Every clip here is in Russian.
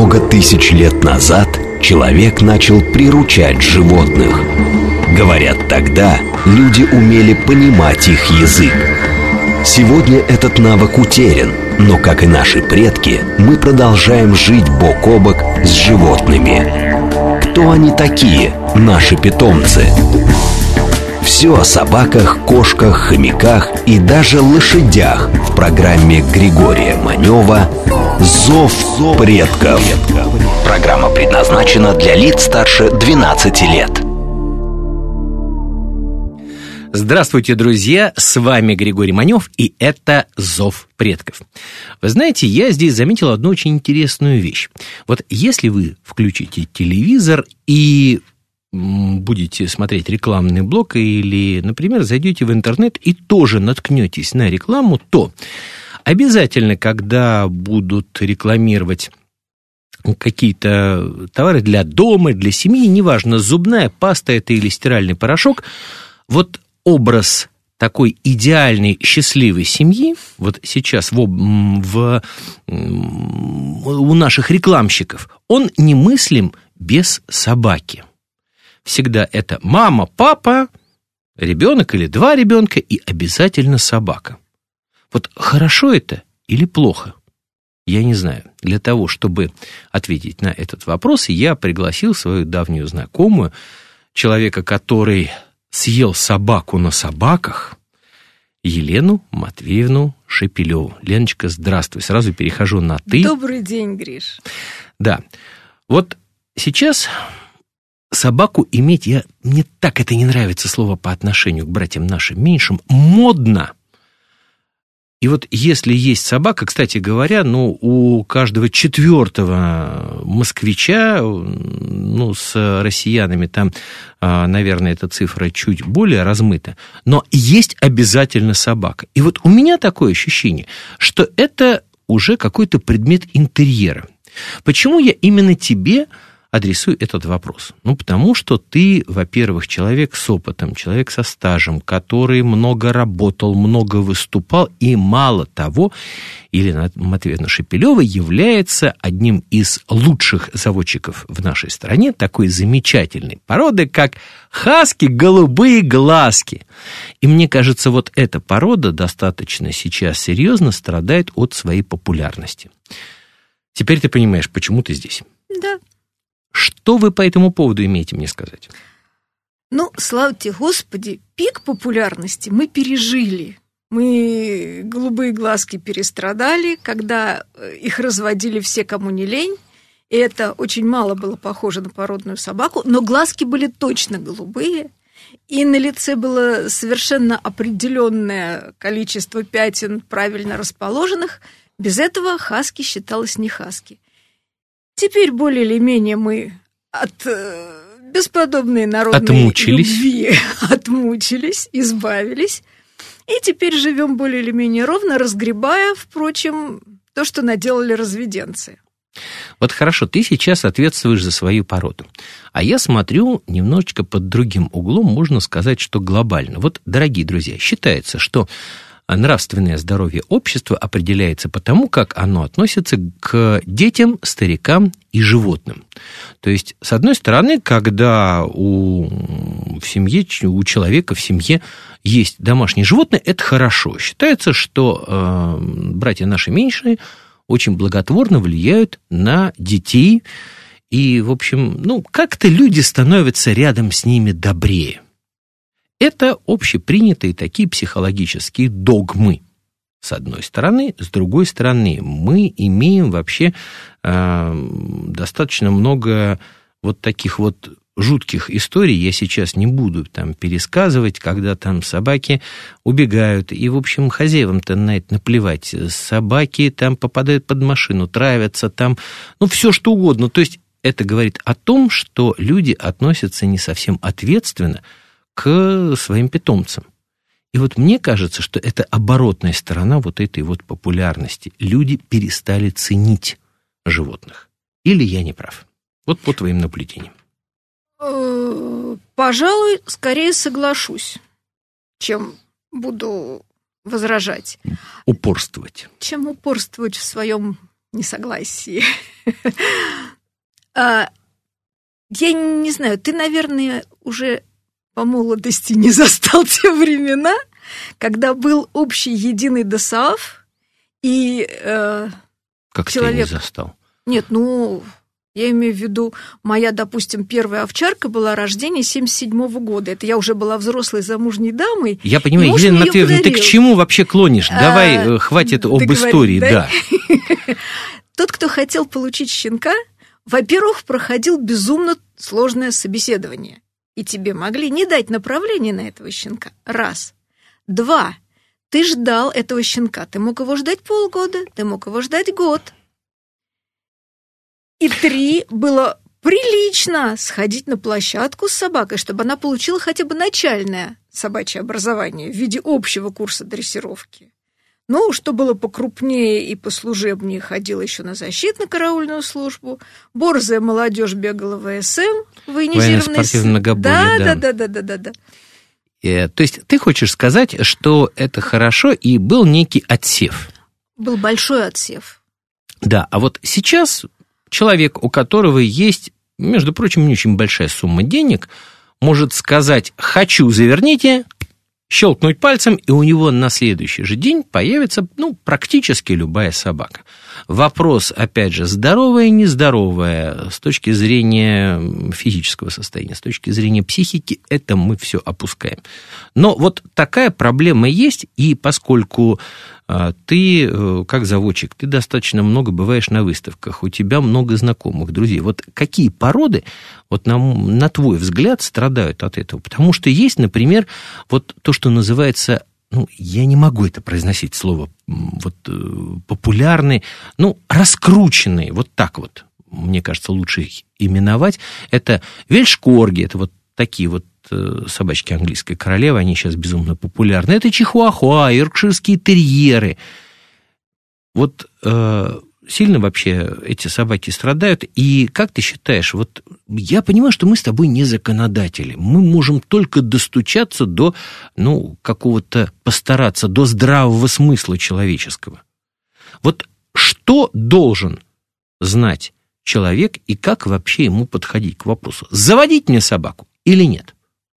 Много тысяч лет назад человек начал приручать животных. Говорят, тогда люди умели понимать их язык. Сегодня этот навык утерян, но, как и наши предки, мы продолжаем жить бок о бок с животными. Кто они такие, наши питомцы? Все о собаках, кошках, хомяках и даже лошадях в программе Григория Манева «Зов предков». Программа предназначена для лиц старше 12 лет. Здравствуйте, друзья! С вами Григорий Манев, и это «Зов предков». Вы знаете, я здесь заметил одну очень интересную вещь. Вот если вы включите телевизор и будете смотреть рекламный блок или, например, зайдете в интернет и тоже наткнетесь на рекламу, то обязательно, когда будут рекламировать какие-то товары для дома, для семьи, неважно, зубная паста это или стиральный порошок, вот образ такой идеальной, счастливой семьи, вот сейчас у наших рекламщиков, он немыслим без собаки. Всегда это мама, папа, ребенок или два ребенка и обязательно собака. Вот хорошо это или плохо? Я не знаю. Для того, чтобы ответить на этот вопрос, я пригласил свою давнюю знакомую, человека, который съел собаку на собаках, Елену Матвеевну Шепелеву. Леночка, здравствуй. Сразу перехожу на «ты». Добрый день, Гриш. Да. Вот сейчас собаку иметь, мне так это не нравится слово по отношению к братьям нашим меньшим, модно. И вот если есть собака, кстати говоря, у каждого четвертого москвича, с россиянами там, наверное, эта цифра чуть более размыта, но есть обязательно собака. И вот у меня такое ощущение, что это уже какой-то предмет интерьера. Почему я именно тебе адресую этот вопрос? Потому что ты, во-первых, человек с опытом, человек со стажем, который много работал, много выступал, и мало того, Елена Матвеевна Шепелева является одним из лучших заводчиков в нашей стране такой замечательной породы, как хаски голубые глазки. И мне кажется, вот эта порода достаточно сейчас серьезно страдает от своей популярности. Теперь ты понимаешь, почему ты здесь. Да. Что вы по этому поводу имеете мне сказать? Слава тебе, Господи, пик популярности мы пережили. Мы голубые глазки перестрадали, когда их разводили все, кому не лень. И это очень мало было похоже на породную собаку, но глазки были точно голубые. И на лице было совершенно определенное количество пятен, правильно расположенных. Без этого хаски считалось не хаски. Теперь более или менее мы от бесподобной народной любви отмучились, избавились. И теперь живем более или менее ровно, разгребая, впрочем, то, что наделали разведенцы. Вот хорошо, ты сейчас ответствуешь за свою породу. А я смотрю немножечко под другим углом, можно сказать, что глобально. Вот, дорогие друзья, считается, что нравственное здоровье общества определяется по тому, как оно относится к детям, старикам и животным. То есть, с одной стороны, когда у человека в семье есть домашнее животное, это хорошо. Считается, что братья наши меньшие очень благотворно влияют на детей, и, в общем, как-то люди становятся рядом с ними добрее. Это общепринятые такие психологические догмы. С одной стороны, с другой стороны, мы имеем вообще достаточно много вот таких вот жутких историй. Я сейчас не буду там пересказывать, когда там собаки убегают, и, в общем, хозяевам-то на это наплевать. Собаки там попадают под машину, травятся там, все что угодно. То есть это говорит о том, что люди относятся не совсем ответственно к своим питомцам. И вот мне кажется, что это оборотная сторона вот этой вот популярности. Люди перестали ценить животных. Или я не прав? Вот по твоим наблюдениям. Пожалуй, скорее соглашусь, чем буду возражать. Упорствовать. Чем упорствовать в своем несогласии. Я не знаю, ты, наверное, уже по молодости не застал те времена, когда был общий единый ДОСААФ, и как человек... ты не застал? Нет, я имею в виду, моя, допустим, первая овчарка была рождения 1977 года. Это я уже была взрослой замужней дамой. Я понимаю, Елена Матвеевна, ты к чему вообще клонишь? Давай, хватит об истории, да. Тот, кто хотел получить щенка, во-первых, проходил безумно сложное собеседование. И тебе могли не дать направления на этого щенка. Раз. Два. Ты ждал этого щенка. Ты мог его ждать полгода, ты мог его ждать год. И три. Было прилично сходить на площадку с собакой, чтобы она получила хотя бы начальное собачье образование в виде общего курса дрессировки. Ну, что было покрупнее и послужебнее, ходила еще на защитно-караульную службу. Борзая молодежь бегала в ВСМ, военно-спортивное многоборье, да. То есть ты хочешь сказать, что это хорошо, и был некий отсев? Был большой отсев. Да, а вот сейчас человек, у которого есть, между прочим, не очень большая сумма денег, может сказать «хочу, заверните», щелкнуть пальцем, и у него на следующий же день появится, практически любая собака. Вопрос, опять же, здоровая, нездоровая, с точки зрения физического состояния, с точки зрения психики, это мы все опускаем. Но вот такая проблема есть, и поскольку ты, как заводчик, ты достаточно много бываешь на выставках, у тебя много знакомых, друзей. Вот какие породы, вот на твой взгляд, страдают от этого? Потому что есть, например, вот то, что называется, я не могу это произносить слово, популярные, раскрученные, вот так вот, мне кажется, лучше их именовать. Это вельшкорги, это вот такие вот собачки английской королевы, они сейчас безумно популярны. Это чихуахуа, йоркширские терьеры. Вот сильно вообще эти собаки страдают. И как ты считаешь, вот я понимаю, что мы с тобой не законодатели. Мы можем только достучаться до, какого-то постараться, до здравого смысла человеческого. Вот что должен знать человек и как вообще ему подходить к вопросу? Заводить мне собаку или нет?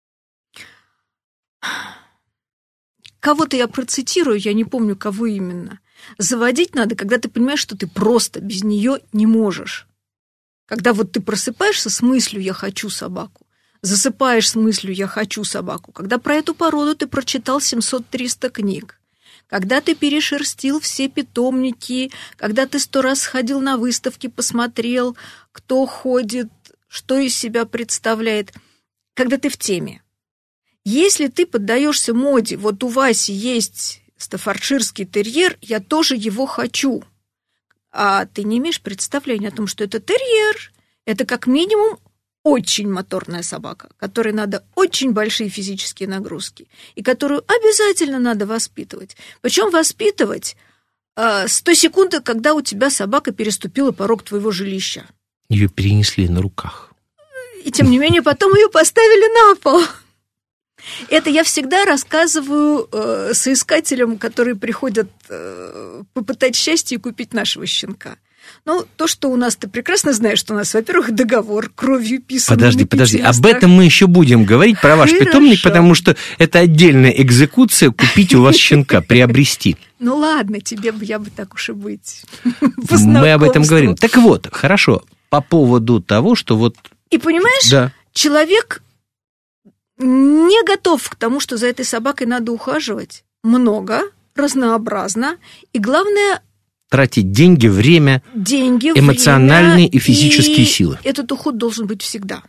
Кого-то я процитирую, я не помню, кого именно. Заводить надо, когда ты понимаешь, что ты просто без нее не можешь. Когда вот ты просыпаешься с мыслью «я хочу собаку», засыпаешь с мыслью «я хочу собаку», когда про эту породу ты прочитал 700-300 книг, когда ты перешерстил все питомники, когда ты 100 раз сходил на выставки, посмотрел, кто ходит, что из себя представляет, когда ты в теме. Если ты поддаешься моде, вот у Васи есть стаффордширский терьер, я тоже его хочу, а ты не имеешь представления о том, что это терьер, это как минимум очень моторная собака, которой надо очень большие физические нагрузки, и которую обязательно надо воспитывать. Причем воспитывать с той секунды, когда у тебя собака переступила порог твоего жилища. Ее перенесли на руках. И тем не менее потом ее поставили на пол. Это я всегда рассказываю соискателям, которые приходят попытать счастье и купить нашего щенка. То, что у нас, ты прекрасно знаешь, что у нас, во-первых, договор кровью писан. Подожди, об этом мы еще будем говорить, про ваш питомник, потому что это отдельная экзекуция, купить у вас щенка, приобрести. Ладно, я бы так уж и быть. Мы об этом говорим. Так вот, хорошо, по поводу того, что вот... И понимаешь, да. Человек не готов к тому, что за этой собакой надо ухаживать много, разнообразно, и главное... Тратить деньги, время, эмоциональные и физические силы. Этот уход должен быть всегда.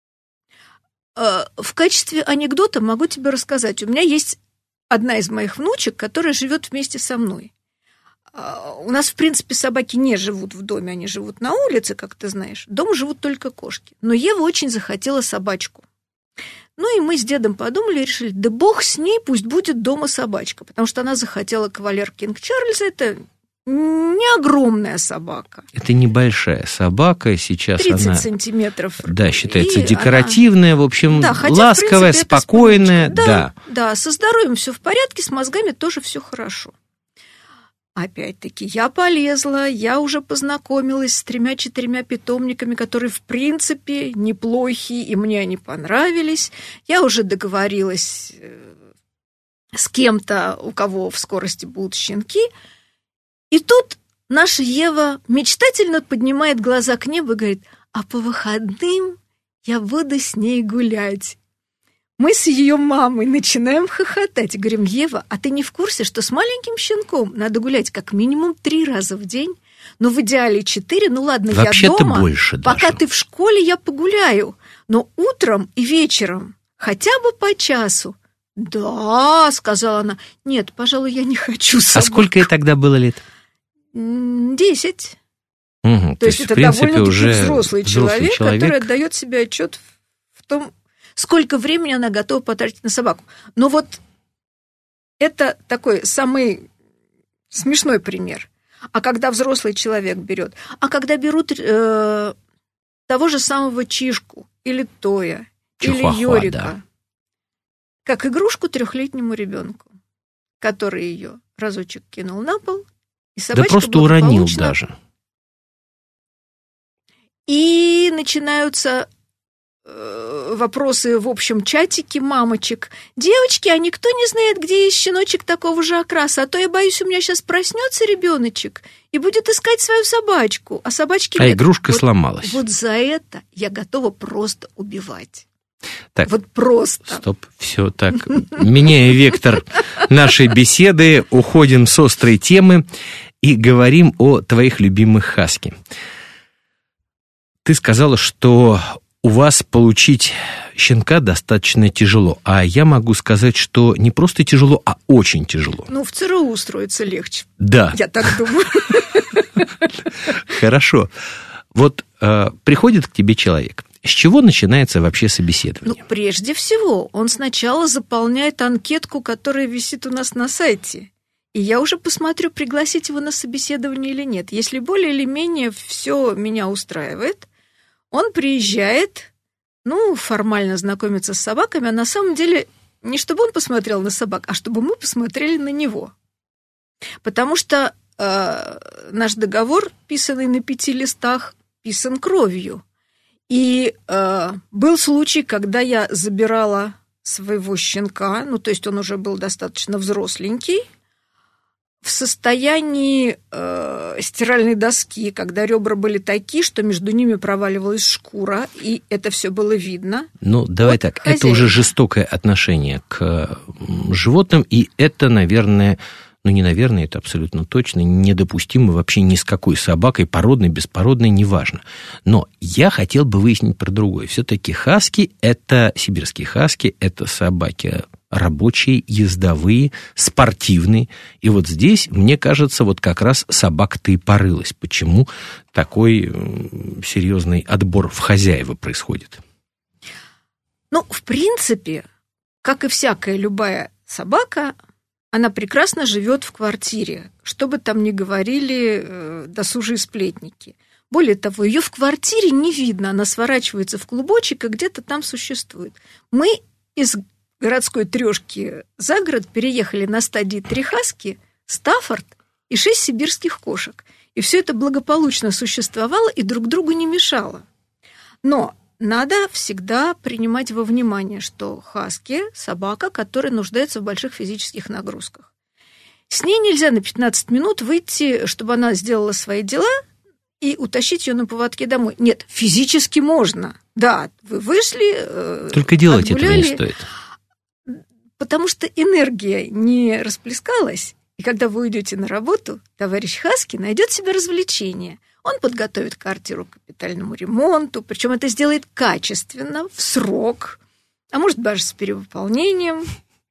В качестве анекдота могу тебе рассказать. У меня есть одна из моих внучек, которая живет вместе со мной. У нас, в принципе, собаки не живут в доме, они живут на улице, как ты знаешь. Дома живут только кошки. Но Ева очень захотела собачку. И мы с дедом подумали и решили, да бог с ней, пусть будет дома собачка. Потому что она захотела кавалер Кинг Чарльза, это не огромная собака. Это небольшая собака, сейчас 30 она... сантиметров. Да, считается декоративная, в общем, ласковая, в принципе, спокойная. Да, со здоровьем все в порядке, с мозгами тоже все хорошо. Опять-таки, я полезла, я уже познакомилась с 3-4 питомниками, которые, в принципе, неплохие, и мне они понравились. Я уже договорилась с кем-то, у кого в скорости будут щенки. И тут наша Ева мечтательно поднимает глаза к небу и говорит: а по выходным я буду с ней гулять. Мы с ее мамой начинаем хохотать и говорим: Ева, а ты не в курсе, что с маленьким щенком надо гулять как минимум 3 раза в день? Ну, в идеале 4, ну ладно, вообще-то я дома. Больше пока даже. ты в школе, я погуляю. Но утром и вечером хотя бы по часу. Да, сказала она. Нет, пожалуй, я не хочу собаку. А сколько ей тогда было лет? 10. Угу, то есть это в принципе, довольно-таки уже взрослый человек, который отдает себе отчет в том, сколько времени она готова потратить на собаку. Но вот это такой самый смешной пример. А когда взрослый человек берет, а когда берут того же самого Чишку или Тоя, Чихуахуа, или Йорика, да. как игрушку 3-летнему ребенку, который ее разочек кинул на пол, и собачка да просто уронил даже. И начинаются вопросы в общем чатике мамочек. Девочки, а никто не знает, где есть щеночек такого же окраса, а то я боюсь, у меня сейчас проснется ребеночек и будет искать свою собачку, а собачки нет. Игрушка сломалась. Вот за это я готова просто убивать. Так, вот просто. Стоп, все так. Меняя вектор нашей беседы, уходим с острой темы и говорим о твоих любимых хаски. Ты сказала, что у вас получить щенка достаточно тяжело. А я могу сказать, что не просто тяжело, а очень тяжело. Ну, в ЦРУ устроиться легче. Да. Я так думаю. Хорошо. Вот приходит к тебе человек. С чего начинается вообще собеседование? Ну, прежде всего, он сначала заполняет анкетку, которая висит у нас на сайте. И я уже посмотрю, пригласить его на собеседование или нет. Если более или менее все меня устраивает, он приезжает, ну, формально знакомиться с собаками, а на самом деле не чтобы он посмотрел на собак, а чтобы мы посмотрели на него. Потому что наш договор, писанный на 5 листах, писан кровью. И был случай, когда я забирала своего щенка, ну, то есть он уже был достаточно взросленький, в состоянии стиральной доски, когда ребра были такие, что между ними проваливалась шкура, и это все было видно. Ну, давай вот так, хозяин. Это уже жестокое отношение к животным, и это, наверное, ну, не наверное, это абсолютно точно, недопустимо вообще ни с какой собакой, породной, беспородной, неважно. Но я хотел бы выяснить про другое. Все-таки хаски – это сибирские хаски, это собаки рабочие, ездовые, спортивные. И вот здесь, мне кажется, вот как раз собака-то и порылась. Почему такой серьезный отбор в хозяева происходит? Ну, в принципе, как и всякая любая собака, она прекрасно живет в квартире, что бы там ни говорили досужие сплетники. Более того, ее в квартире не видно, она сворачивается в клубочек и где-то там существует. Мы из городской трешки за город переехали на стадии 3 хаски, Стаффорд и 6 сибирских кошек. И все это благополучно существовало и друг другу не мешало. Но надо всегда принимать во внимание, что хаски – собака, которая нуждается в больших физических нагрузках. С ней нельзя на 15 минут выйти, чтобы она сделала свои дела, и утащить ее на поводке домой. Нет, физически можно. Да, вы вышли, только делать отгуляли, этого не стоит. Потому что энергия не расплескалась, и когда вы уйдете на работу, товарищ хаски найдет себе развлечение. Он подготовит квартиру к капитальному ремонту, причем это сделает качественно, в срок, а может даже с перевыполнением.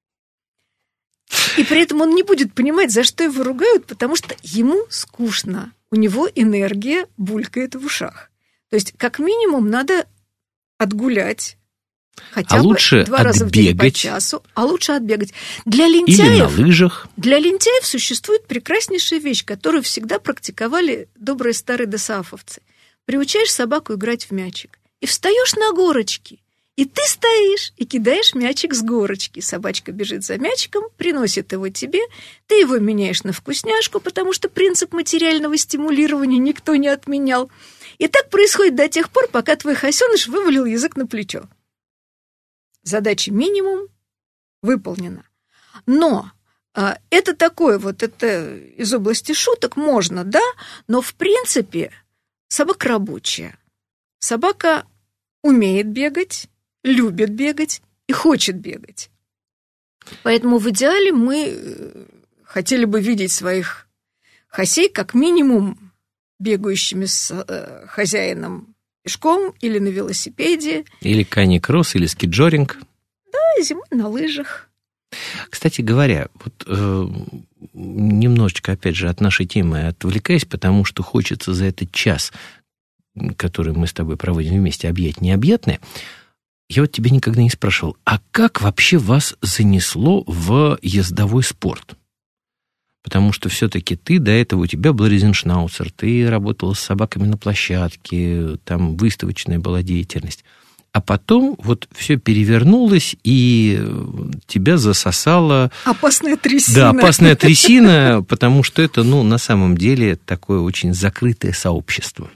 И при этом он не будет понимать, за что его ругают, потому что ему скучно. У него энергия булькает в ушах. То есть, как минимум, надо отгулять хотя бы 2 раза в день по часу, а лучше отбегать. Для лентяев, или на лыжах. Для лентяев существует прекраснейшая вещь, которую всегда практиковали добрые старые досаафовцы. Приучаешь собаку играть в мячик и встаешь на горочки И ты стоишь и кидаешь мячик с горочки. Собачка бежит за мячиком, приносит его тебе, ты его меняешь на вкусняшку, потому что принцип материального стимулирования никто не отменял. И так происходит до тех пор, пока твой хасеныш вывалил язык на плечо. Задача минимум выполнена. Но это такое вот, это из области шуток можно, да, но в принципе собака рабочая. Собака умеет бегать, любит бегать и хочет бегать. Поэтому в идеале мы хотели бы видеть своих хасей как минимум бегающими с хозяином пешком или на велосипеде. Или кани-кросс, или скиджоринг. Да, зимой на лыжах. Кстати говоря, вот немножечко, опять же, от нашей темы отвлекаясь, потому что хочется за этот час, который мы с тобой проводим вместе, объять необъятное. Я вот тебя никогда не спрашивал, а как вообще вас занесло в ездовой спорт? Потому что все-таки ты до этого, у тебя был резеншнауцер, ты работала с собаками на площадке, там выставочная была деятельность. А потом вот все перевернулось, и тебя засосала... Опасная трясина. Да, опасная трясина, потому что это, на самом деле, такое очень закрытое сообщество.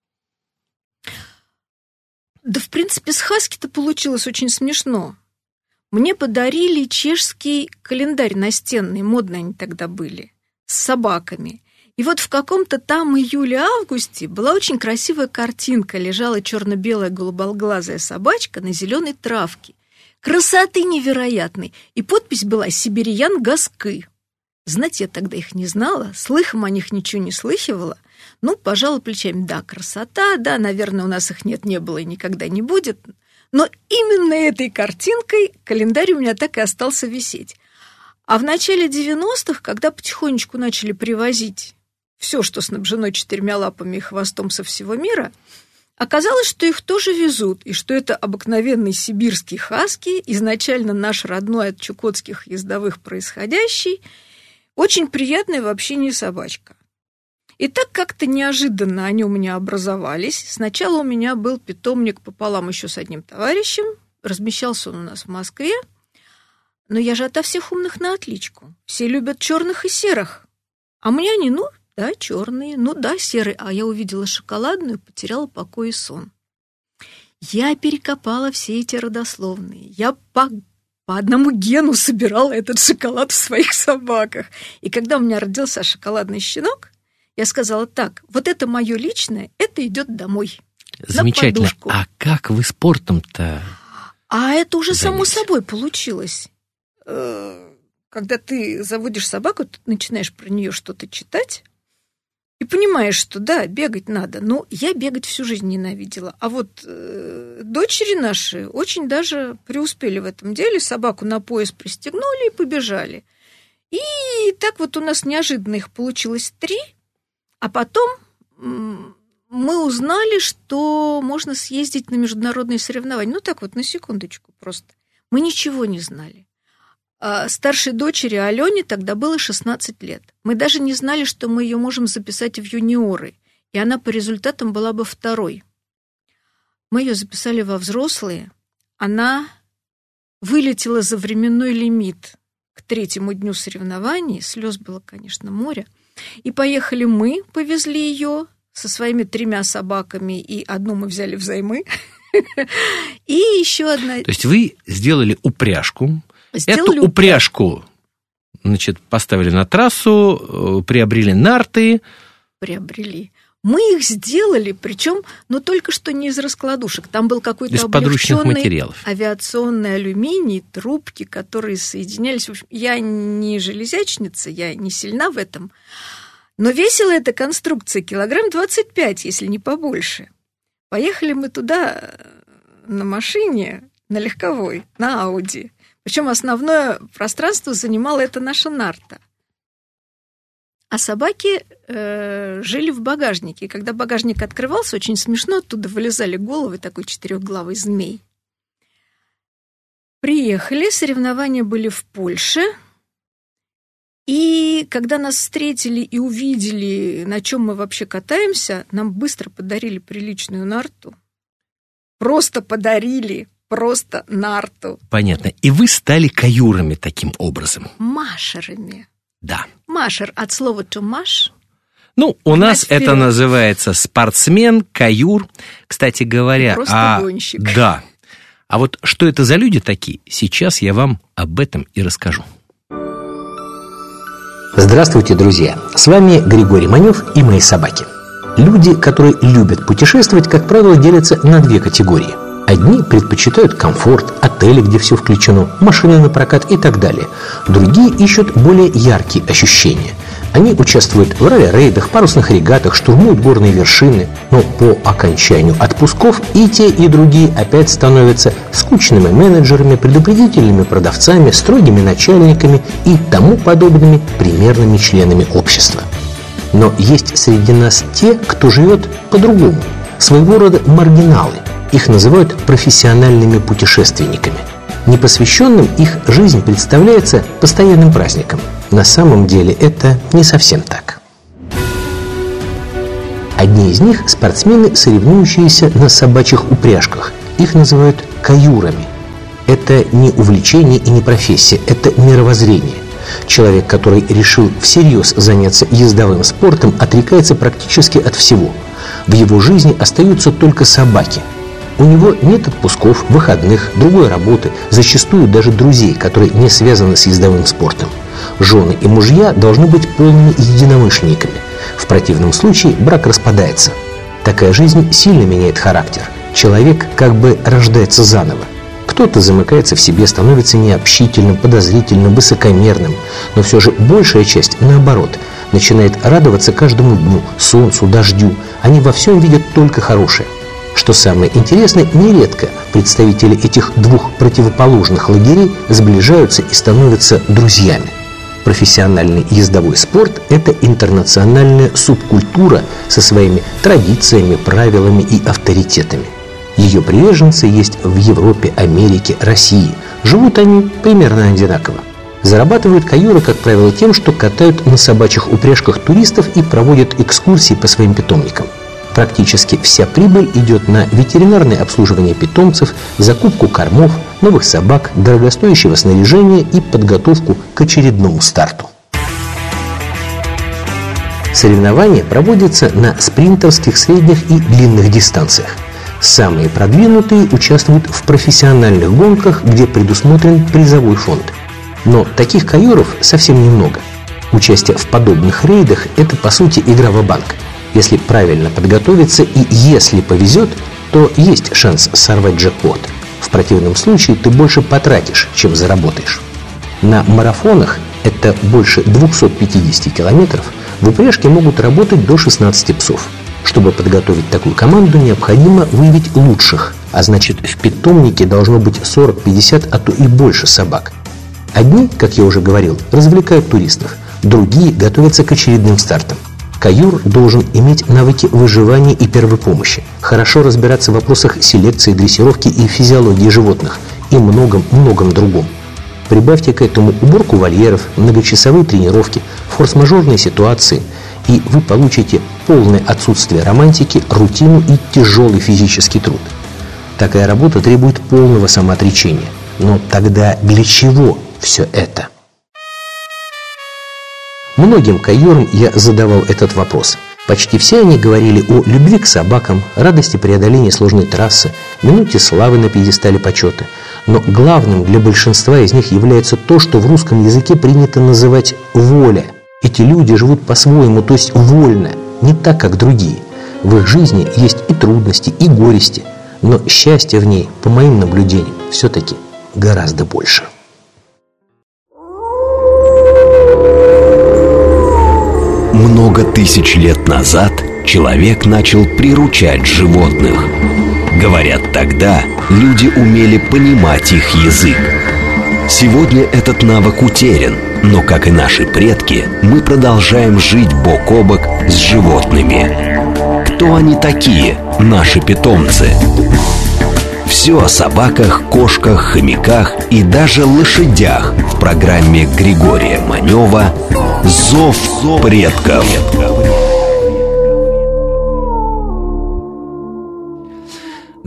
Да, в принципе, с хаски-то получилось очень смешно. Мне подарили чешский календарь настенный, модные они тогда были, с собаками. И вот в каком-то там июле-августе была очень красивая картинка. Лежала черно-белая голубоглазая собачка на зеленой травке. Красоты невероятной. И подпись была «Сибирян Гаскы». Знаете, я тогда их не знала, слыхом о них ничего не слыхивала. Пожалуй, плечами, да, красота, да, наверное, у нас их нет, не было и никогда не будет. Но именно этой картинкой календарь у меня так и остался висеть. А в начале 90-х, когда потихонечку начали привозить все, что снабжено 4 лапами и хвостом со всего мира, оказалось, что их тоже везут, и что это обыкновенный сибирский хаски, изначально наш родной от чукотских ездовых происходящий, очень приятная в общении собачка. И так как-то неожиданно они у меня образовались. Сначала у меня был питомник пополам еще с одним товарищем, размещался он у нас в Москве, но я же ото всех умных на отличку. Все любят черных и серых, а мне они, да, черные, да, серые. А я увидела шоколадную, потеряла покой и сон. Я перекопала все эти родословные. Я по одному гену собирала этот шоколад в своих собаках. И когда у меня родился шоколадный щенок, я сказала так, вот это мое личное, это идет домой. Замечательно. А как вы спортом-то? А это уже само собой получилось. Когда ты заводишь собаку, ты начинаешь про нее что-то читать, и понимаешь, что да, бегать надо. Но я бегать всю жизнь ненавидела. А вот дочери наши очень даже преуспели в этом деле. Собаку на пояс пристегнули и побежали. И так вот у нас неожиданно их получилось 3. А потом мы узнали, что можно съездить на международные соревнования. Так вот, на секундочку просто. Мы ничего не знали. Старшей дочери Алене тогда было 16 лет. Мы даже не знали, что мы ее можем записать в юниоры, и она по результатам была бы 2-й. Мы ее записали во взрослые. Она вылетела за временной лимит к 3-му дню соревнований. Слез было, конечно, море. И поехали мы, повезли ее со своими 3 собаками, и одну мы взяли взаймы. И еще одна... То есть вы сделали упряжку. Эту упряжку, поставили на трассу, приобрели нарты. Приобрели. Мы их сделали, причем, только что не из раскладушек. Там был какой-то облегченный авиационный алюминий, трубки, которые соединялись. В общем, я не железячница, я не сильна в этом. Но весила эта конструкция килограмм 25, если не побольше. Поехали мы туда на машине, на легковой, на Ауди. Причем основное пространство занимала эта наша нарта. А собаки жили в багажнике. И когда багажник открывался, очень смешно, оттуда вылезали головы, такой 4-главый змей. Приехали, соревнования были в Польше. И когда нас встретили и увидели, на чем мы вообще катаемся, нам быстро подарили приличную нарту. Просто подарили. просто нарту. Понятно. И вы стали каюрами таким образом. Машерами. Да. Машер от слова to маш. Ну, у нас это называется спортсмен, каюр. Кстати говоря, просто гонщик. Да. А вот что это за люди такие, сейчас я вам об этом и расскажу. Здравствуйте, друзья! С вами Григорий Манев и мои собаки. Люди, которые любят путешествовать, как правило, делятся на две категории. Одни предпочитают комфорт, отели, где все включено, машины на прокат и так далее. Другие ищут более яркие ощущения. Они участвуют в ралли-рейдах, парусных регатах, штурмуют горные вершины. Но по окончанию отпусков и те, и другие опять становятся скучными менеджерами, предупредительными продавцами, строгими начальниками и тому подобными примерными членами общества. Но есть среди нас те, кто живет по-другому, своего рода маргиналы. Их называют профессиональными путешественниками. Непосвященным их жизнь представляется постоянным праздником. На самом деле это не совсем так. Одни из них – спортсмены, соревнующиеся на собачьих упряжках. Их называют каюрами. Это не увлечение и не профессия, это мировоззрение. Человек, который решил всерьез заняться ездовым спортом, отрекается практически от всего. В его жизни остаются только собаки. У него нет отпусков, выходных, другой работы, зачастую даже друзей, которые не связаны с ездовым спортом. Жены и мужья должны быть полными единомышленниками. В противном случае брак распадается. Такая жизнь сильно меняет характер. Человек как бы рождается заново. Кто-то замыкается в себе, становится необщительным, подозрительным, высокомерным. Но все же большая часть, наоборот, начинает радоваться каждому дню, солнцу, дождю. Они во всем видят только хорошее. Что самое интересное, нередко представители этих двух противоположных лагерей сближаются и становятся друзьями. Профессиональный ездовой спорт – это интернациональная субкультура со своими традициями, правилами и авторитетами. Ее приверженцы есть в Европе, Америке, России. Живут они примерно одинаково. Зарабатывают каюры, как правило, тем, что катают на собачьих упряжках туристов и проводят экскурсии по своим питомникам. Практически вся прибыль идет на ветеринарное обслуживание питомцев, закупку кормов, новых собак, дорогостоящего снаряжения и подготовку к очередному старту. Соревнования проводятся на спринтерских, средних и длинных дистанциях. Самые продвинутые участвуют в профессиональных гонках, где предусмотрен призовой фонд. Но таких каюров совсем немного. Участие в подобных рейдах – это, по сути, игра ва-банк. Если правильно подготовиться и если повезет, то есть шанс сорвать джекпот. В противном случае ты больше потратишь, чем заработаешь. На марафонах, это больше 250 километров, в упряжке могут работать до 16 псов. Чтобы подготовить такую команду, необходимо выявить лучших, а значит, в питомнике должно быть 40-50, а то и больше собак. Одни, как я уже говорил, развлекают туристов, другие готовятся к очередным стартам. Каюр должен иметь навыки выживания и первой помощи, хорошо разбираться в вопросах селекции, дрессировки и физиологии животных и многом другом. Прибавьте к этому уборку вольеров, многочасовые тренировки, форс-мажорные ситуации, и вы получите полное отсутствие романтики, рутину и тяжелый физический труд. Такая работа требует полного самоотречения. Но тогда для чего все это? Многим каюрам я задавал этот вопрос. Почти все они говорили о любви к собакам, радости преодоления сложной трассы, минуте славы на пьедестале почета. Но главным для большинства из них является то, что в русском языке принято называть воля. Эти люди живут по-своему, то есть вольно, не так, как другие. В их жизни есть и трудности, и горести, но счастья в ней, по моим наблюдениям, все-таки гораздо больше. Много тысяч лет назад человек начал приручать животных. Говорят, тогда люди умели понимать их язык. Сегодня этот навык утерян, но, как и наши предки, мы продолжаем жить бок о бок с животными. Кто они такие, наши питомцы? Все о собаках, кошках, хомяках и даже лошадях в программе Григория Манева «Зов предков».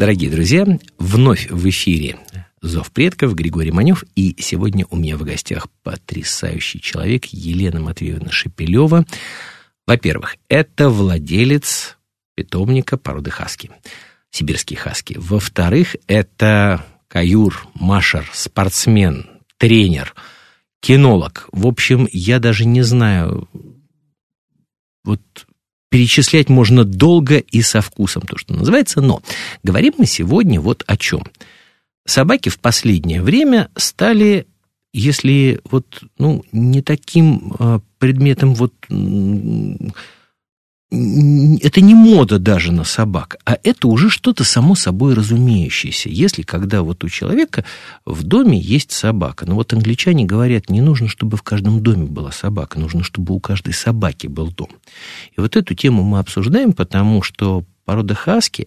Дорогие друзья, вновь в эфире «Зов предков», Григорий Манев, и сегодня у меня в гостях потрясающий человек Елена Матвеевна Шепелева. Во-первых, это владелец питомника породы хаски, сибирские хаски. Во-вторых, это каюр, машер, спортсмен, тренер, кинолог. В общем, я даже не знаю, вот перечислять можно долго и со вкусом, то, что называется, но говорим мы сегодня вот о чем. Собаки в последнее время стали, если вот, не таким предметом, вот, это не мода даже на собак, а это уже что-то само собой разумеющееся. Если когда вот у человека в доме есть собака, вот англичане говорят, не нужно, чтобы в каждом доме была собака, нужно, чтобы у каждой собаки был дом. И вот эту тему мы обсуждаем, потому что порода хаски,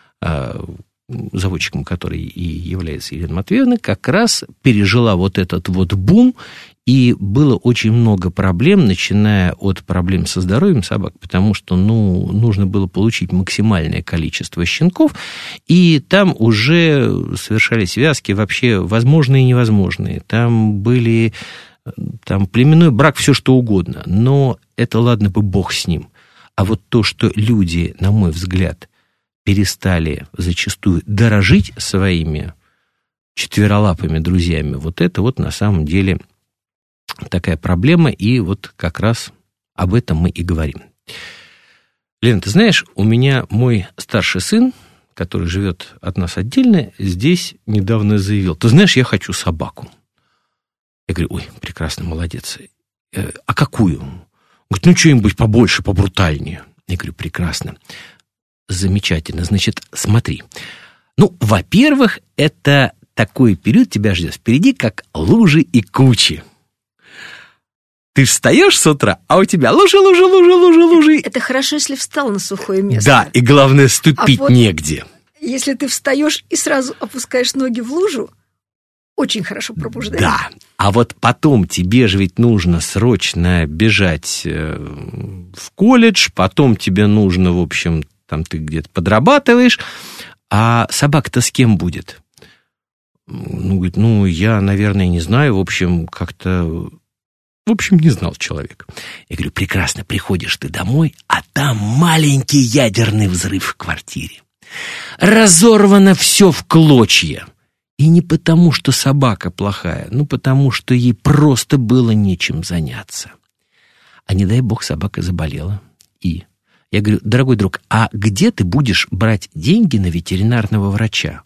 заводчиком которой и является Елена Матвеевна, как раз пережила вот этот вот бум, и было очень много проблем, начиная от проблем со здоровьем собак, потому что, нужно было получить максимальное количество щенков, и там уже совершались связки вообще возможные и невозможные. Там были племенной брак, все что угодно, но это ладно бы бог с ним. А вот то, что люди, на мой взгляд, перестали зачастую дорожить своими четверолапыми друзьями, вот это вот на самом деле такая проблема, и вот как раз об этом мы и говорим. Лена, ты знаешь, у меня мой старший сын, который живет от нас отдельно, здесь недавно заявил: ты знаешь, я хочу собаку. Я говорю: ой, прекрасно, молодец. А какую? Он говорит: что-нибудь побольше, побрутальнее. Я говорю: прекрасно. Замечательно. Значит, смотри. Во-первых, это такой период тебя ждет впереди, как лужи и кучи. Ты встаешь с утра, а у тебя лужи. Это хорошо, если встал на сухое место. Да, и главное, ступить негде. Если ты встаешь и сразу опускаешь ноги в лужу, очень хорошо пробуждается. Да, а вот потом тебе же ведь нужно срочно бежать в колледж, потом тебе нужно, в общем, там ты где-то подрабатываешь, а собака-то с кем будет? Говорит: я, наверное, не знаю, в общем, как-то... В общем, не знал человек. Я говорю: прекрасно, приходишь ты домой, а там маленький ядерный взрыв в квартире. Разорвано все в клочья. И не потому, что собака плохая, потому что ей просто было нечем заняться. А не дай бог собака заболела. И я говорю: дорогой друг, а где ты будешь брать деньги на ветеринарного врача?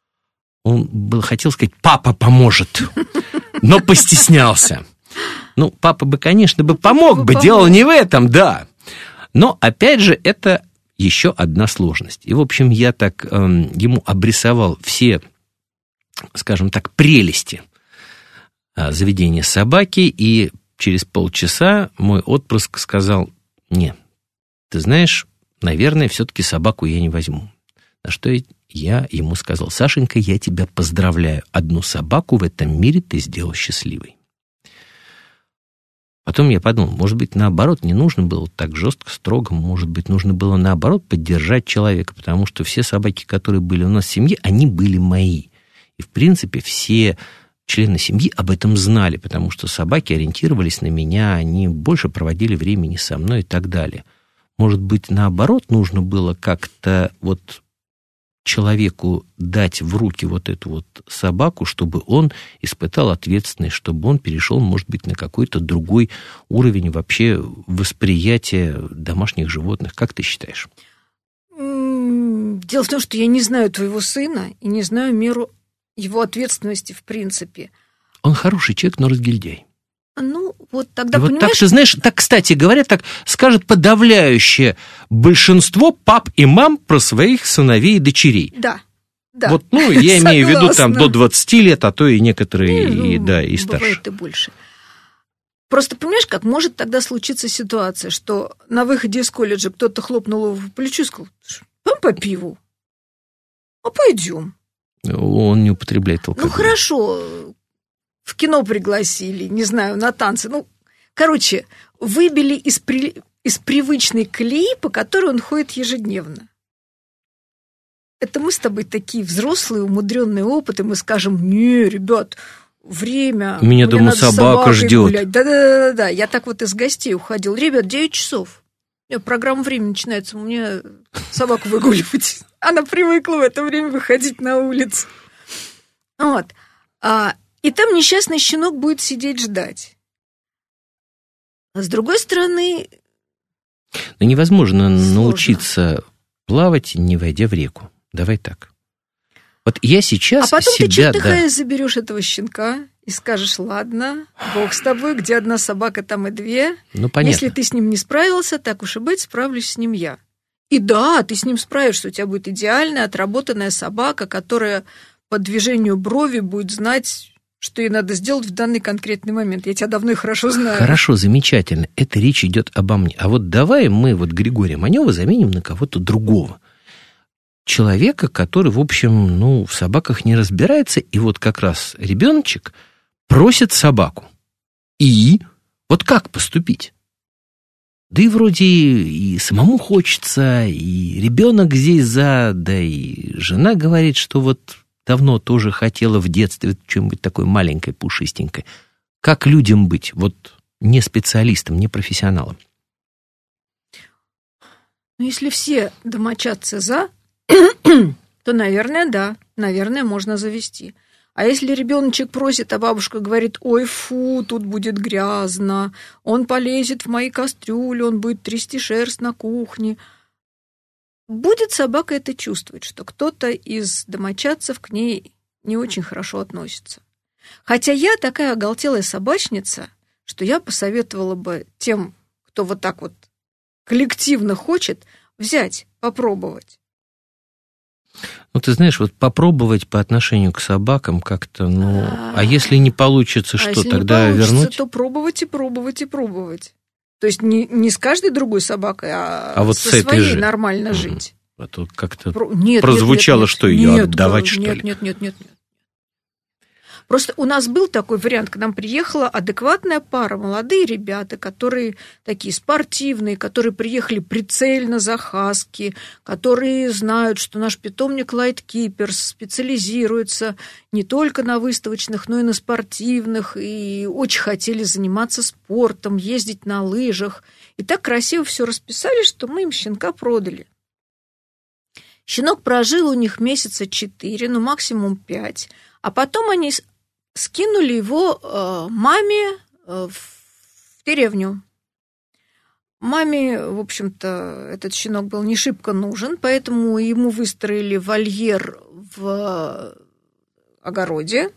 Он хотел сказать: папа поможет, но постеснялся. Папа бы, конечно, помог бы, дело не в этом, да. Но, опять же, это еще одна сложность. И, в общем, я так ему обрисовал все, скажем так, прелести заведения собаки, и через полчаса мой отпрыск сказал: не, ты знаешь, наверное, все-таки собаку я не возьму. На что я ему сказал: Сашенька, я тебя поздравляю, одну собаку в этом мире ты сделал счастливой. Потом я подумал, может быть, наоборот, не нужно было так жестко, строго, может быть, нужно было, наоборот, поддержать человека, потому что все собаки, которые были у нас в семье, они были мои. И, в принципе, все члены семьи об этом знали, потому что собаки ориентировались на меня, они больше проводили времени со мной и так далее. Может быть, наоборот, нужно было как-то вот человеку дать в руки вот эту вот собаку, чтобы он испытал ответственность, чтобы он перешел, может быть, на какой-то другой уровень вообще восприятия домашних животных. Как ты считаешь? Дело в том, что я не знаю твоего сына и не знаю меру его ответственности в принципе. Он хороший человек, но разгильдяй. Вот тогда, вот понимаешь... так, ты знаешь, так, кстати говоря, так скажет подавляющее большинство пап и мам про своих сыновей и дочерей. Да. Вот, я имею в виду там до 20 лет, а то и некоторые, и старше. Бывает и больше. Просто понимаешь, как может тогда случиться ситуация, что на выходе из колледжа кто-то хлопнул его по плечу и сказал: по пиву, а пойдем. Он не употребляет алкоголь. Хорошо, в кино пригласили, не знаю, на танцы. Выбили из привычной колеи, по которой он ходит ежедневно. это мы с тобой такие взрослые, умудренные опыты, мы скажем: не, ребят, время. Меня дома собака ждет. Да. Я так вот из гостей уходил. Ребят, 9 часов. Программа «Время» начинается, мне собаку выгуливать. Она привыкла в это время выходить на улицу. Вот. И там несчастный щенок будет сидеть ждать. А с другой стороны... Но невозможно научиться плавать, не войдя в реку. Давай так. Вот я сейчас А потом себя... ты чертыхаясь заберешь этого щенка и скажешь: ладно, бог с тобой, где одна собака, там и две. Ну, понятно. Если ты с ним не справился, так уж и быть, справлюсь с ним я. И да, ты с ним справишься, у тебя будет идеальная, отработанная собака, которая по движению брови будет знать, что ей надо сделать в данный конкретный момент. Я тебя давно и хорошо знаю. Хорошо, замечательно. Это речь идет обо мне. А вот давай мы вот Григория Манева заменим на кого-то другого. Человека, который, в общем, в собаках не разбирается, и вот как раз ребеночек просит собаку. И вот как поступить? Да и вроде и самому хочется, и ребенок здесь да и жена говорит, что вот давно тоже хотела в детстве чем-нибудь такой маленькой, пушистенькой. Как людям быть? Вот не специалистам, не профессионалам. Если все домочадцы за, то, наверное, да, наверное, можно завести. А если ребеночек просит, а бабушка говорит: ой, фу, тут будет грязно, он полезет в мои кастрюли, он будет трясти шерсть на кухне. Будет собака это чувствовать, что кто-то из домочадцев к ней не очень хорошо относится. Хотя я такая оголтелая собачница, что я посоветовала бы тем, кто вот так вот коллективно хочет, взять, попробовать. Ну, ты знаешь, вот попробовать по отношению к собакам как-то, а если не получится, что если тогда не получится, вернуть? то пробовать и пробовать и пробовать. То есть не с каждой другой собакой, а вот со с этой своей же нормально жить. А то как-то Нет, прозвучало, нет, что ее нет, отдавать, что ли? Нет. Просто у нас был такой вариант, к нам приехала адекватная пара, молодые ребята, которые такие спортивные, которые приехали прицельно за хаски, которые знают, что наш питомник Лайткиперс специализируется не только на выставочных, но и на спортивных, и очень хотели заниматься спортом, ездить на лыжах. И так красиво все расписали, что мы им щенка продали. Щенок прожил у них месяца 4, максимум 5, а потом они скинули его маме в деревню. Маме, в общем-то, этот щенок был не шибко нужен, поэтому ему выстроили вольер в огороде,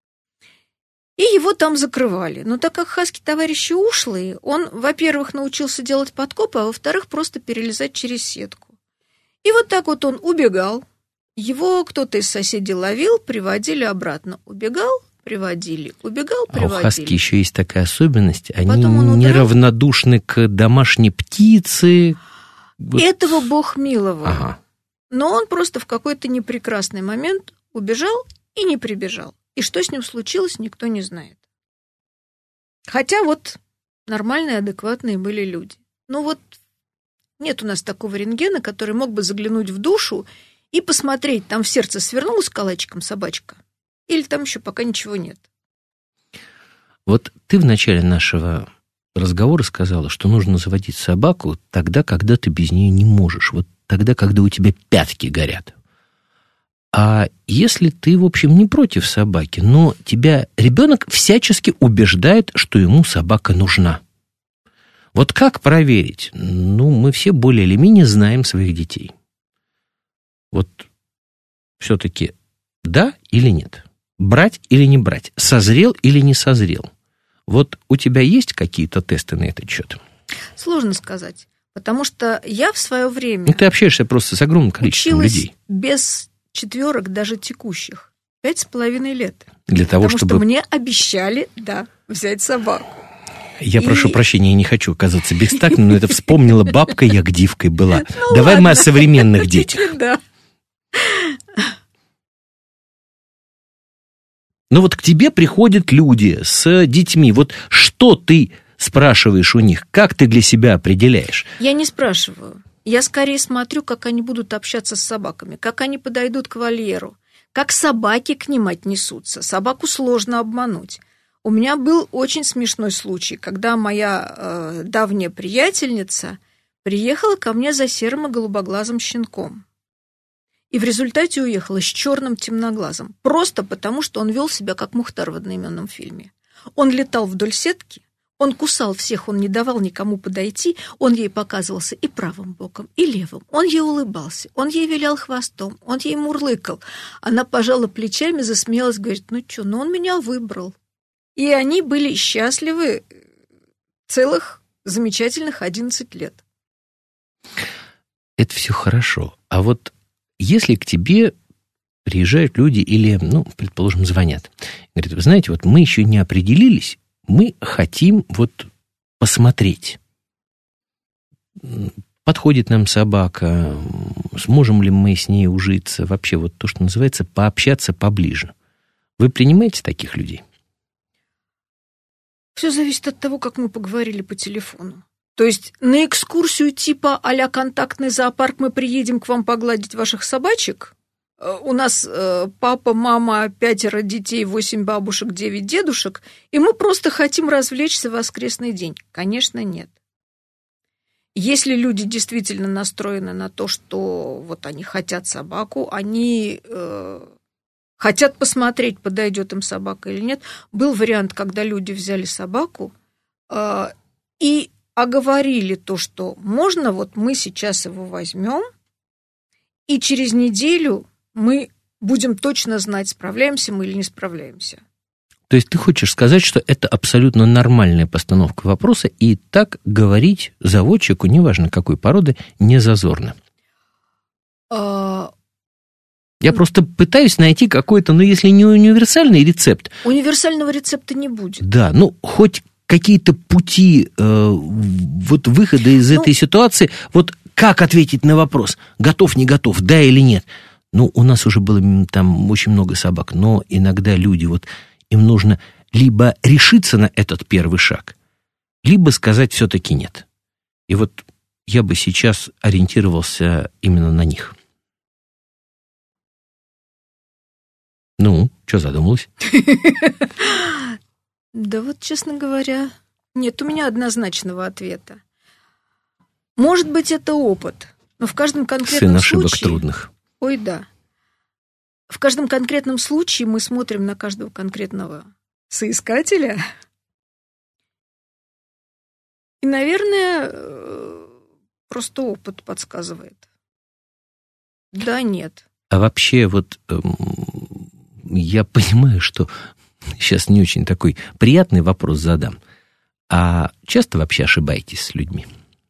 и его там закрывали. Но так как хаски товарищи ушлые, он, во-первых, научился делать подкопы, а во-вторых, просто перелезать через сетку. И вот так вот он убегал, его кто-то из соседей ловил, приводили обратно. Убегал, приводили, убегал, приводили. А у хаски еще есть такая особенность, они Потом неравнодушны к домашней птице. Этого Бог миловал. Ага. Но он просто в какой-то непрекрасный момент убежал и не прибежал. И что с ним случилось, никто не знает. Хотя вот нормальные, адекватные были люди. Ну вот нет у нас такого рентгена, который мог бы заглянуть в душу и посмотреть, там в сердце свернулась калачиком собачка, или там еще пока ничего нет. Вот ты в начале нашего разговора сказала, что нужно заводить собаку тогда, когда ты без нее не можешь, вот тогда, когда у тебя пятки горят. А если ты, в общем, не против собаки, но тебя ребенок всячески убеждает, что ему собака нужна. Вот как проверить? Мы все более или менее знаем своих детей. Вот все-таки да или нет? Брать или не брать? Созрел или не созрел? Вот у тебя есть какие-то тесты на этот счет? Сложно сказать, потому что я в свое время... ты общаешься просто с огромным количеством училась людей. Без четверок, даже текущих, 5,5 лет. Для того, потому чтобы... что мне обещали, взять собаку. Я прошу прощения, я не хочу оказаться бестактным, но это вспомнила бабка, я гдивкой была. Давай ладно. мы о современных детях. Да. Вот к тебе приходят люди с детьми. Вот что ты спрашиваешь у них? Как ты для себя определяешь? Я не спрашиваю. Я скорее смотрю, как они будут общаться с собаками, как они подойдут к вольеру, как собаки к ним отнесутся. Собаку сложно обмануть. У меня был очень смешной случай, когда моя давняя приятельница приехала ко мне за серым и голубоглазым щенком. И в результате уехала с черным темноглазым. Просто потому, что он вел себя как Мухтар в одноименном фильме. Он летал вдоль сетки, он кусал всех, он не давал никому подойти, он ей показывался и правым боком, и левым. Он ей улыбался, он ей вилял хвостом, он ей мурлыкал. Она пожала плечами, засмеялась, говорит, ну что, ну он меня выбрал. И они были счастливы целых замечательных 11 лет. Это все хорошо. А вот если к тебе приезжают люди или, ну, предположим, звонят, говорят, вы знаете, вот мы еще не определились, мы хотим вот посмотреть, подходит нам собака, сможем ли мы с ней ужиться, вообще вот то, что называется, пообщаться поближе. Вы принимаете таких людей? Все зависит от того, как мы поговорили по телефону. То есть на экскурсию типа а-ля контактный зоопарк мы приедем к вам погладить ваших собачек. У нас папа, мама, 5 детей, 8 бабушек, 9 дедушек, и мы просто хотим развлечься в воскресный день. Конечно, нет. Если люди действительно настроены на то, что вот они хотят собаку, они хотят посмотреть, подойдет им собака или нет. Был вариант, когда люди взяли собаку и оговорили то, что можно, вот мы сейчас его возьмем, и через неделю мы будем точно знать, справляемся мы или не справляемся. То есть ты хочешь сказать, что это абсолютно нормальная постановка вопроса, и так говорить заводчику, неважно какой породы, не зазорно? Я просто пытаюсь найти какой-то, ну, если не универсальный рецепт. Универсального рецепта не будет. Да, ну, хоть какие-то пути вот выхода из этой ситуации, вот как ответить на вопрос, готов, не готов, да или нет. Ну, у нас уже было там очень много собак, но иногда люди, вот им нужно либо решиться на этот первый шаг, либо сказать все-таки нет. И вот я бы сейчас ориентировался именно на них. Ну, что задумалась? Да вот, честно говоря, нет у меня однозначного ответа. Может быть, это опыт, но в каждом конкретном случае... Сын ошибок трудных. Ой, да. В каждом конкретном случае мы смотрим на каждого конкретного соискателя. И, наверное, просто опыт подсказывает. Да, нет. А вообще, вот я понимаю, что сейчас не очень такой приятный вопрос задам. А часто вообще ошибаетесь с людьми?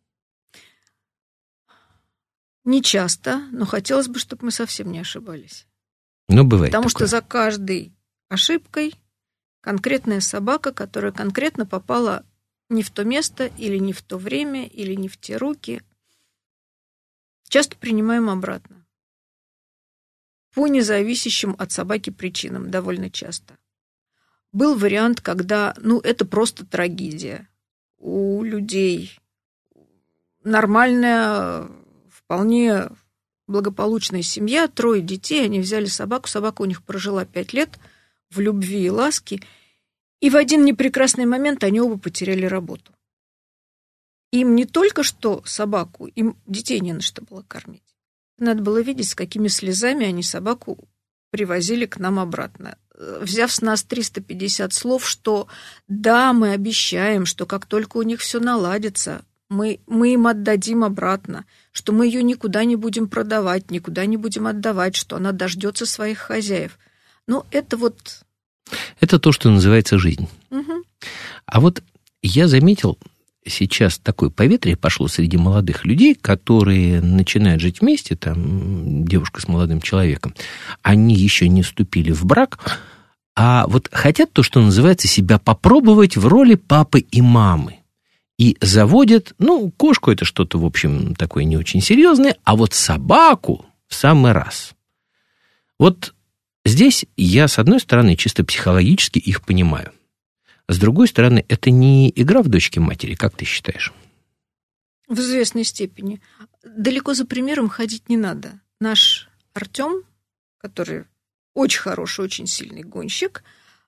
Не часто, но хотелось бы, чтобы мы совсем не ошибались. Ну, бывает Потому такое. что за каждой ошибкой конкретная собака, которая конкретно попала не в то место, или не в то время, или не в те руки, часто принимаем обратно. По независящим от собаки причинам довольно часто. Был вариант, когда, ну, это просто трагедия. У людей нормальная, вполне благополучная семья, 3 детей, они взяли собаку, собака у них прожила 5 лет в любви и ласке, и в один непрекрасный момент они оба потеряли работу. Им не только что собаку, им детей не на что было кормить. Надо было видеть, с какими слезами они собаку привозили к нам обратно, взяв с нас 350 слов, что да, мы обещаем, что как только у них все наладится, мы им отдадим обратно, что мы ее никуда не будем продавать, никуда не будем отдавать, что она дождется своих хозяев. Ну, это вот... Это то, что называется жизнь. Угу. А вот я заметил, сейчас такое поветрие пошло среди молодых людей, которые начинают жить вместе, там девушка с молодым человеком, они еще не вступили в брак, а вот хотят то, что называется, себя попробовать в роли папы и мамы. И заводят, ну, кошку это что-то, в общем, такое не очень серьезное, а вот собаку в самый раз. Вот здесь я, с одной стороны, чисто психологически их понимаю. С другой стороны, это не игра в дочки матери, как ты считаешь? В известной степени. Далеко за примером ходить не надо. Наш Артём, который очень хороший, очень сильный гонщик,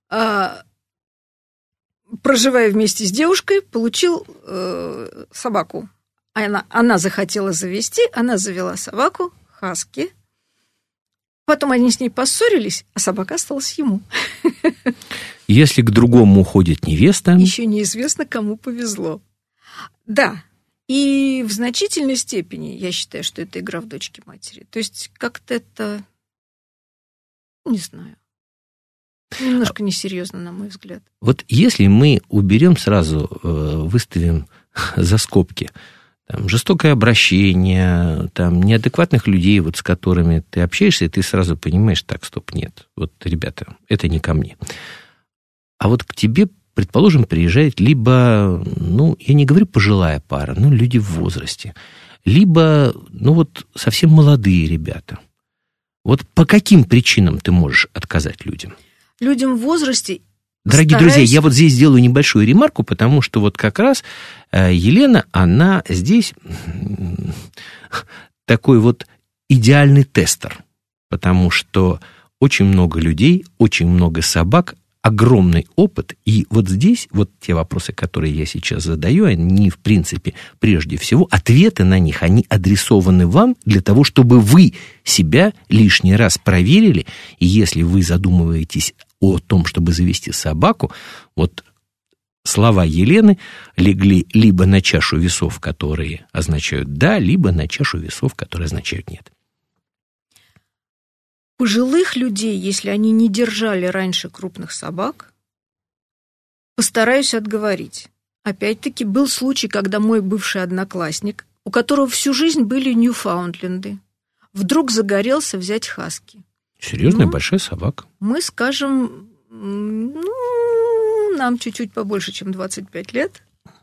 проживая вместе с девушкой, получил собаку. Она захотела завести, она завела собаку, хаски. Потом они с ней поссорились, а собака осталась ему. Если к другому уходит невеста... Еще неизвестно, кому повезло. Да, и в значительной степени я считаю, что это игра в дочки матери. То есть как-то это, не знаю, немножко несерьезно, на мой взгляд. Вот если мы уберем сразу, выставим за скобки там, жестокое обращение, там, неадекватных людей, вот, с которыми ты общаешься, и ты сразу понимаешь, так, стоп, нет, вот, ребята, это не ко мне. А вот к тебе, предположим, приезжает либо, ну, я не говорю пожилая пара, но люди в возрасте, либо, ну, вот, совсем молодые ребята. Вот по каким причинам ты можешь отказать людям? Людям в возрасте... Дорогие друзья, я вот здесь сделаю небольшую ремарку, потому что вот как раз Елена, она здесь такой вот идеальный тестер, потому что очень много людей, очень много собак, огромный опыт, и вот здесь вот те вопросы, которые я сейчас задаю, они, в принципе, прежде всего, ответы на них, они адресованы вам для того, чтобы вы себя лишний раз проверили, и если вы задумываетесь о том, чтобы завести собаку, вот слова Елены легли либо на чашу весов, которые означают «да», либо на чашу весов, которые означают «нет». Пожилых людей, если они не держали раньше крупных собак, постараюсь отговорить. Опять-таки, был случай, когда мой бывший одноклассник, у которого всю жизнь были Ньюфаундленды, вдруг загорелся взять хаски. Серьезная большая собака. Мы скажем, нам чуть-чуть побольше, чем 25 лет.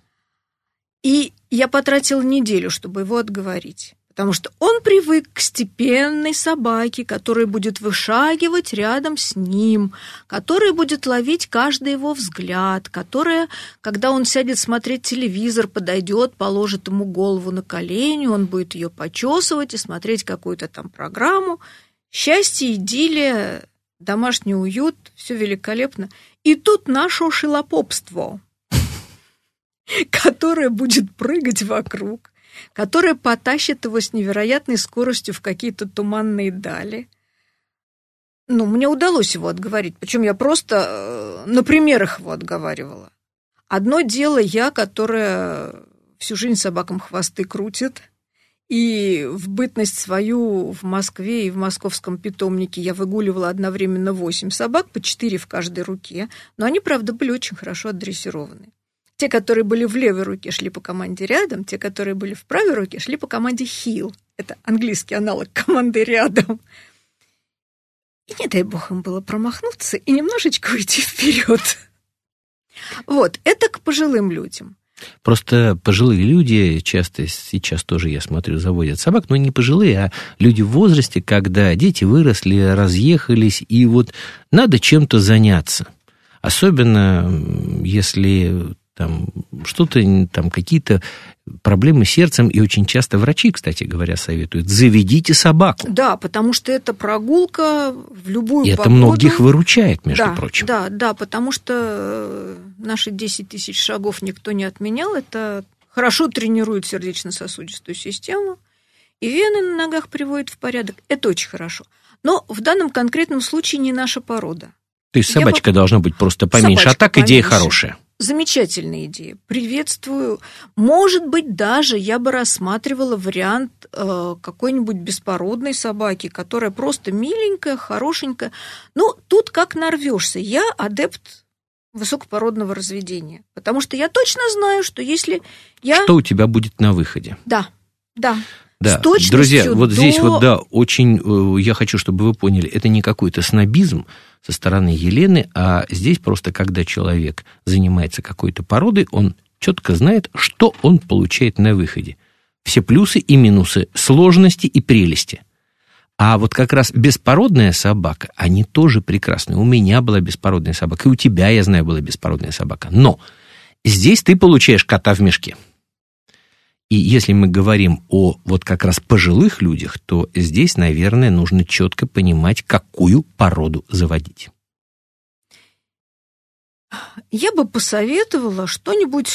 И я потратила неделю, чтобы его отговорить. Потому что он привык к степенной собаке, которая будет вышагивать рядом с ним, которая будет ловить каждый его взгляд, которая, когда он сядет смотреть телевизор, подойдет, положит ему голову на колени, он будет ее почесывать и смотреть какую-то там программу. Счастье, идиллия, домашний уют, все великолепно. И тут наше шелопопство, которое будет прыгать вокруг, которая потащит его с невероятной скоростью в какие-то туманные дали. Мне удалось его отговорить, причем я просто на примерах его отговаривала. Одно дело я, которая всю жизнь собакам хвосты крутит, и в бытность свою в Москве и в московском питомнике я выгуливала одновременно 8 собак, по 4 в каждой руке, но они, правда, были очень хорошо отдрессированы. Те, которые были в левой руке, шли по команде рядом, те, которые были в правой руке, шли по команде heel. Это английский аналог команды рядом. И не дай бог им было промахнуться и немножечко уйти вперед. Вот, это к пожилым людям. Просто пожилые люди часто сейчас тоже, я смотрю, заводят собак, но не пожилые, а люди в возрасте, когда дети выросли, разъехались, и вот надо чем-то заняться. Особенно если... там что-то, там какие-то проблемы с сердцем, и очень часто врачи, кстати говоря, советуют: заведите собаку. Да, потому что это прогулка в любую и погоду. Это многих выручает, между прочим. Да, потому что наши 10 тысяч шагов никто не отменял, это хорошо тренирует сердечно-сосудистую систему, и вены на ногах приводит в порядок, это очень хорошо. Но в данном конкретном случае не наша порода. То есть собачка должна быть просто поменьше, а так поменьше. Идея хорошая. Замечательная идея. Приветствую. Может быть, даже я бы рассматривала вариант какой-нибудь беспородной собаки, которая просто миленькая, хорошенькая. Тут как нарвешься. Я адепт высокопородного разведения. Потому что я точно знаю, что если я... Что у тебя будет на выходе? Да. Да, друзья, вот здесь очень, я хочу, чтобы вы поняли, это не какой-то снобизм со стороны Елены, а здесь просто, когда человек занимается какой-то породой, он четко знает, что он получает на выходе. Все плюсы и минусы, сложности и прелести. А вот как раз беспородная собака, они тоже прекрасны. У меня была беспородная собака, и у тебя, я знаю, была беспородная собака. Но здесь ты получаешь кота в мешке. И если мы говорим о вот как раз пожилых людях, то здесь, наверное, нужно четко понимать, какую породу заводить. Я бы посоветовала что-нибудь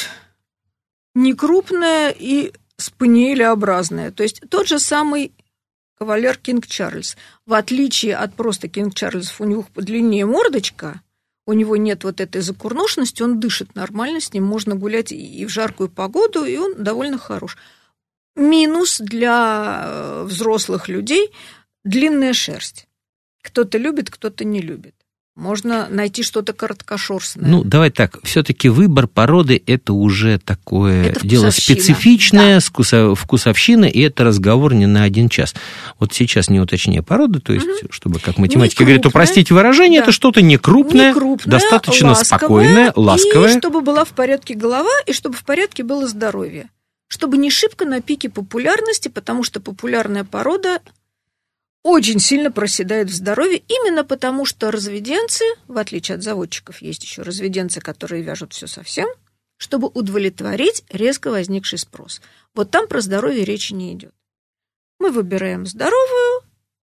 некрупное и спаниелеобразное. То есть тот же самый кавалер Кинг Чарльз. В отличие от просто Кинг Чарльзов, у него подлиннее мордочка, у него нет вот этой закурношенности, он дышит нормально, с ним можно гулять и в жаркую погоду, и он довольно хорош. Минус для взрослых людей – длинная шерсть. Кто-то любит, кто-то не любит. Можно найти что-то короткошерстное. Ну, давай так, все-таки выбор породы – это уже такое дело специфичное, да. Вкусовщина, и это разговор не на один час. Вот сейчас не уточняя породу, то есть, чтобы, как математики говорят, упростить выражение, да. Это что-то некрупное, достаточно спокойное, ласковое. И чтобы была в порядке голова, и чтобы в порядке было здоровье. Чтобы не шибко на пике популярности, потому что популярная порода очень сильно проседает в здоровье, именно потому что разведенцы, в отличие от заводчиков, есть еще разведенцы, которые вяжут все совсем, чтобы удовлетворить резко возникший спрос. Вот там про здоровье речи не идет. Мы выбираем здоровую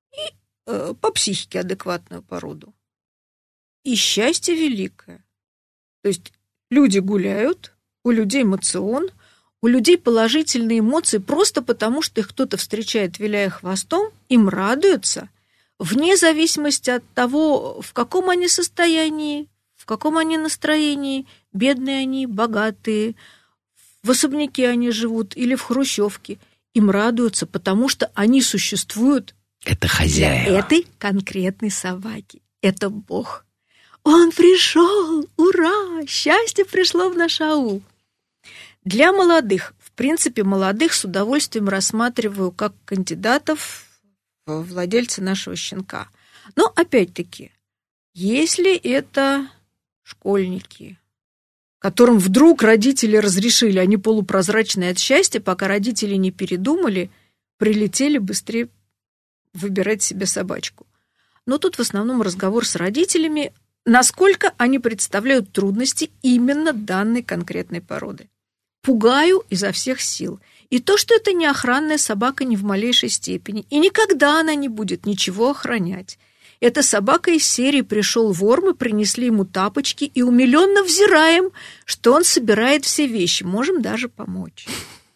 и по психике адекватную породу. И счастье великое. То есть люди гуляют, у людей эмоцион, у людей положительные эмоции просто потому, что их кто-то встречает, виляя хвостом, им радуются, вне зависимости от того, в каком они состоянии, в каком они настроении, бедные они, богатые, в особняке они живут или в хрущевке. Им радуются, потому что они существуют это хозяева. Для этой конкретной собаки. Это Бог. Он пришел! Ура! Счастье пришло в наш аул. Для молодых, в принципе, молодых с удовольствием рассматриваю как кандидатов в владельцы нашего щенка. Но, опять-таки, если это школьники, которым вдруг родители разрешили, они полупрозрачные от счастья, пока родители не передумали, прилетели быстрее выбирать себе собачку. Но тут в основном разговор с родителями, насколько они представляют трудности именно данной конкретной породы. Пугаю изо всех сил. И то, что это не охранная собака ни в малейшей степени, и никогда она не будет ничего охранять. Эта собака из серии «Пришел вор», мы принесли ему тапочки и умиленно взираем, что он собирает все вещи. Можем даже помочь.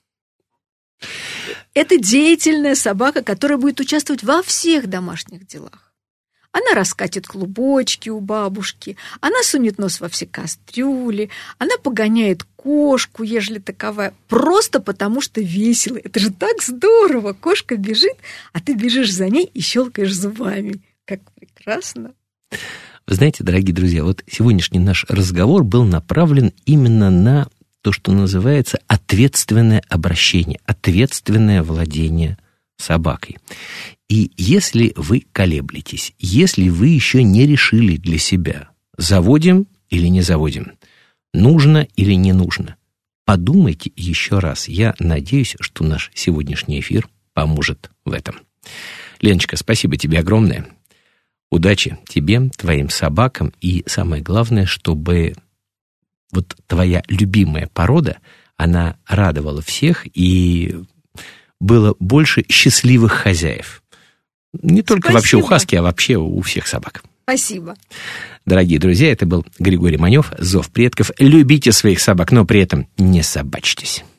Это деятельная собака, которая будет участвовать во всех домашних делах. Она раскатит клубочки у бабушки, она сунет нос во все кастрюли, она погоняет кошку, ежели таковая, просто потому что весело. Это же так здорово! Кошка бежит, а ты бежишь за ней и щелкаешь зубами. Как прекрасно! Вы знаете, дорогие друзья, вот сегодняшний наш разговор был направлен именно на то, что называется ответственное обращение, ответственное владение собакой. И если вы колеблетесь, если вы еще не решили для себя, заводим или не заводим, нужно или не нужно, подумайте еще раз. Я надеюсь, что наш сегодняшний эфир поможет в этом. Леночка, спасибо тебе огромное. Удачи тебе, твоим собакам. И самое главное, чтобы вот твоя любимая порода, она радовала всех и было больше счастливых хозяев. Не только вообще у хаски, а вообще у всех собак. Спасибо. Дорогие друзья, это был Григорий Манев, «Зов предков». Любите своих собак, но при этом не собачьтесь.